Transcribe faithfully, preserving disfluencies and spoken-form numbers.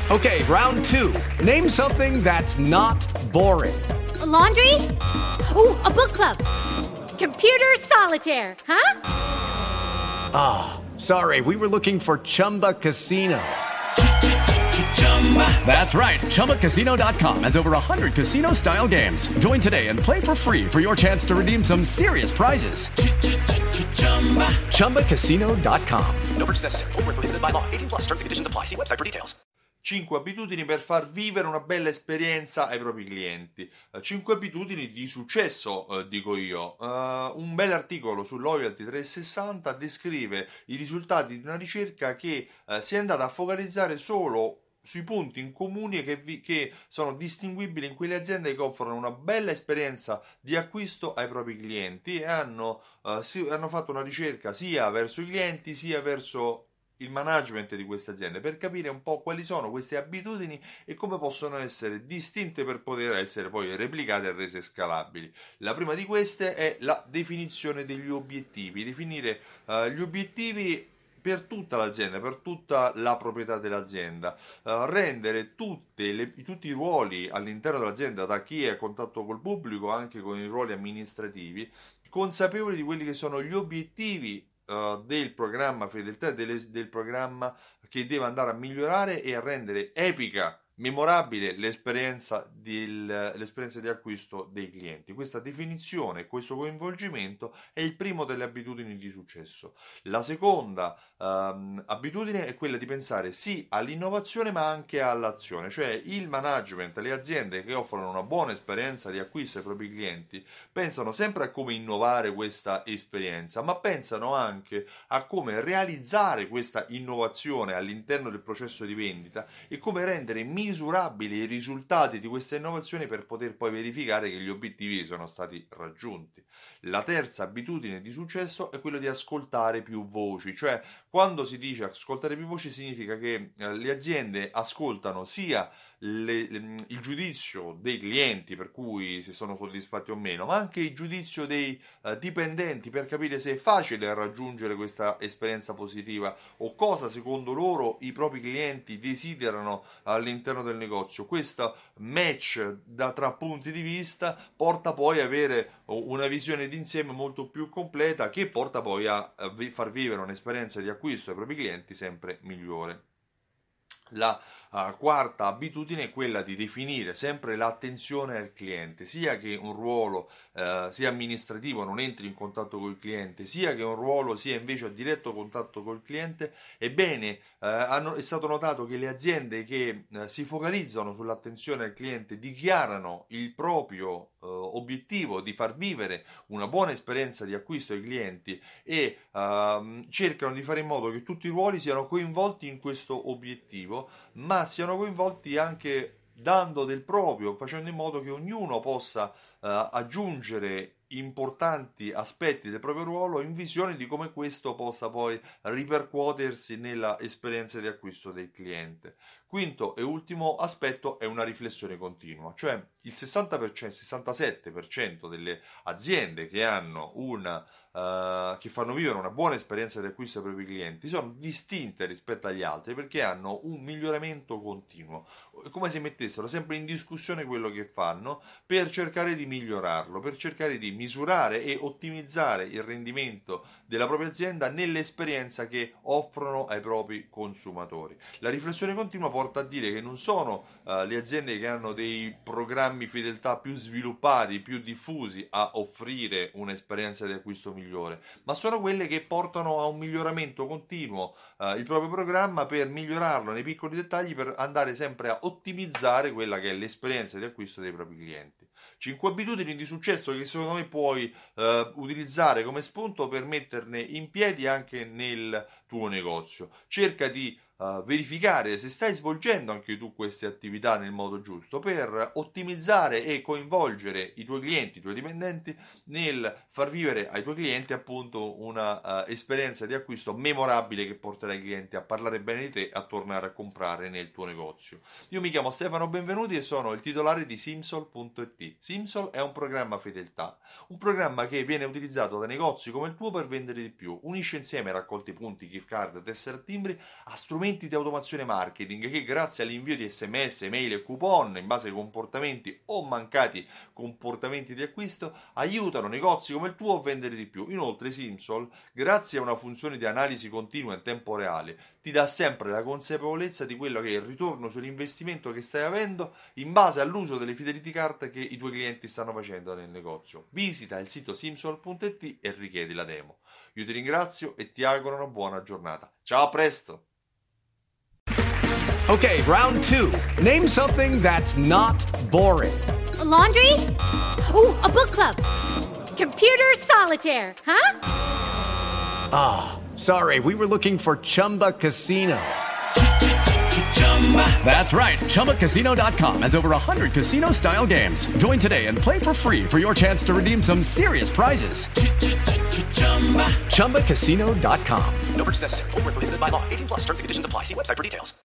Okay, round two. Name something that's not boring. A laundry? Ooh, a book club. Computer solitaire, huh? Ah, oh, sorry, we were looking for Chumba Casino. That's right, Chumba Casino dot com has over one hundred casino-style games. Join today and play for free for your chance to redeem some serious prizes. Chumba Casino dot com. No purchase necessary. Void where prohibited by law. eighteen plus terms and conditions apply. See website for details. cinque abitudini per far vivere una bella esperienza ai propri clienti. cinque abitudini di successo, eh, dico io. Uh, un bel articolo su Loyalty trecentosessanta descrive i risultati di una ricerca che uh, si è andata a focalizzare solo sui punti in comune che, vi, che sono distinguibili in quelle aziende che offrono una bella esperienza di acquisto ai propri clienti e hanno, uh, si, hanno fatto una ricerca sia verso i clienti sia verso il management di queste aziende per capire un po' quali sono queste abitudini e come possono essere distinte per poter essere poi replicate e rese scalabili. La prima di queste è la definizione degli obiettivi, definire uh, gli obiettivi per tutta l'azienda, per tutta la proprietà dell'azienda, uh, rendere tutte le, tutti i ruoli all'interno dell'azienda, da chi è a contatto col pubblico anche con i ruoli amministrativi, consapevoli di quelli che sono gli obiettivi Uh, del programma fedeltà, delle, del programma che deve andare a migliorare e a rendere epica, memorabile l'esperienza, del, l'esperienza di acquisto dei clienti. Questa definizione, questo coinvolgimento è il primo delle abitudini di successo. La seconda um, abitudine è quella di pensare sì all'innovazione ma anche all'azione, cioè il management, le aziende che offrono una buona esperienza di acquisto ai propri clienti pensano sempre a come innovare questa esperienza, ma pensano anche a come realizzare questa innovazione all'interno del processo di vendita e come rendere misurabili i risultati di questa innovazione per poter poi verificare che gli obiettivi sono stati raggiunti. La terza abitudine di successo è quella di ascoltare più voci, cioè quando si dice ascoltare più voci significa che eh, le aziende ascoltano sia le, le, il giudizio dei clienti, per cui se sono soddisfatti o meno, ma anche il giudizio dei eh, dipendenti per capire se è facile raggiungere questa esperienza positiva o cosa secondo loro i propri clienti desiderano all'interno del negozio. Questo match da tra punti di vista porta poi a avere una visione d'insieme molto più completa che porta poi a far vivere un'esperienza di acquisto ai propri clienti sempre migliore. La uh, quarta abitudine è quella di definire sempre l'attenzione al cliente, sia che un ruolo uh, sia amministrativo non entri in contatto col cliente, sia che un ruolo sia invece a diretto contatto col cliente. Ebbene, uh, hanno, è stato notato che le aziende che uh, si focalizzano sull'attenzione al cliente dichiarano il proprio uh, obiettivo di far vivere una buona esperienza di acquisto ai clienti e uh, cercano di fare in modo che tutti i ruoli siano coinvolti in questo obiettivo, ma siano coinvolti anche dando del proprio, facendo in modo che ognuno possa uh, aggiungere importanti aspetti del proprio ruolo in visione di come questo possa poi ripercuotersi nella esperienza di acquisto del cliente. Quinto e ultimo aspetto è una riflessione continua, cioè il sessanta per cento, sessantasette per cento delle aziende che hanno una uh, che fanno vivere una buona esperienza di acquisto ai propri clienti sono distinte rispetto agli altri perché hanno un miglioramento continuo, è come se mettessero sempre in discussione quello che fanno per cercare di migliorarlo, per cercare di misurare e ottimizzare il rendimento della propria azienda nell'esperienza che offrono ai propri consumatori. La riflessione continua porta a dire che non sono uh, le aziende che hanno dei programmi fedeltà più sviluppati, più diffusi a offrire un'esperienza di acquisto migliore, ma sono quelle che portano a un miglioramento continuo uh, il proprio programma per migliorarlo nei piccoli dettagli, per andare sempre a ottimizzare quella che è l'esperienza di acquisto dei propri clienti. cinque abitudini di successo che secondo me puoi uh, utilizzare come spunto per metterne in piedi anche nel tuo negozio. Cerca di Uh, verificare se stai svolgendo anche tu queste attività nel modo giusto per ottimizzare e coinvolgere i tuoi clienti, i tuoi dipendenti nel far vivere ai tuoi clienti appunto una uh, esperienza di acquisto memorabile che porterà i clienti a parlare bene di te e a tornare a comprare nel tuo negozio. Io mi chiamo Stefano Benvenuti e sono il titolare di Simsol punto it. Simsol è un programma fedeltà, un programma che viene utilizzato da negozi come il tuo per vendere di più, unisce insieme raccolti punti, gift card, tessere timbri a strumenti strumenti di automazione marketing che grazie all'invio di sms, email e coupon in base ai comportamenti o mancati comportamenti di acquisto aiutano negozi come il tuo a vendere di più. Inoltre Simsol, grazie a una funzione di analisi continua in tempo reale, ti dà sempre la consapevolezza di quello che è il ritorno sull'investimento che stai avendo in base all'uso delle fidelity card che i tuoi clienti stanno facendo nel negozio. Visita il sito simsol punto it e richiedi la demo. Io ti ringrazio e ti auguro una buona giornata. Ciao, a presto! Okay, round two. Name something that's not boring. A laundry? Ooh, a book club. Computer solitaire, huh? Ah, oh, sorry, we were looking for Chumba Casino. That's right, Chumba Casino dot com has over one hundred casino-style games. Join today and play for free for your chance to redeem some serious prizes. Chumba Casino dot com. No purchase necessary. Void where prohibited by law. eighteen plus terms and conditions apply. See website for details.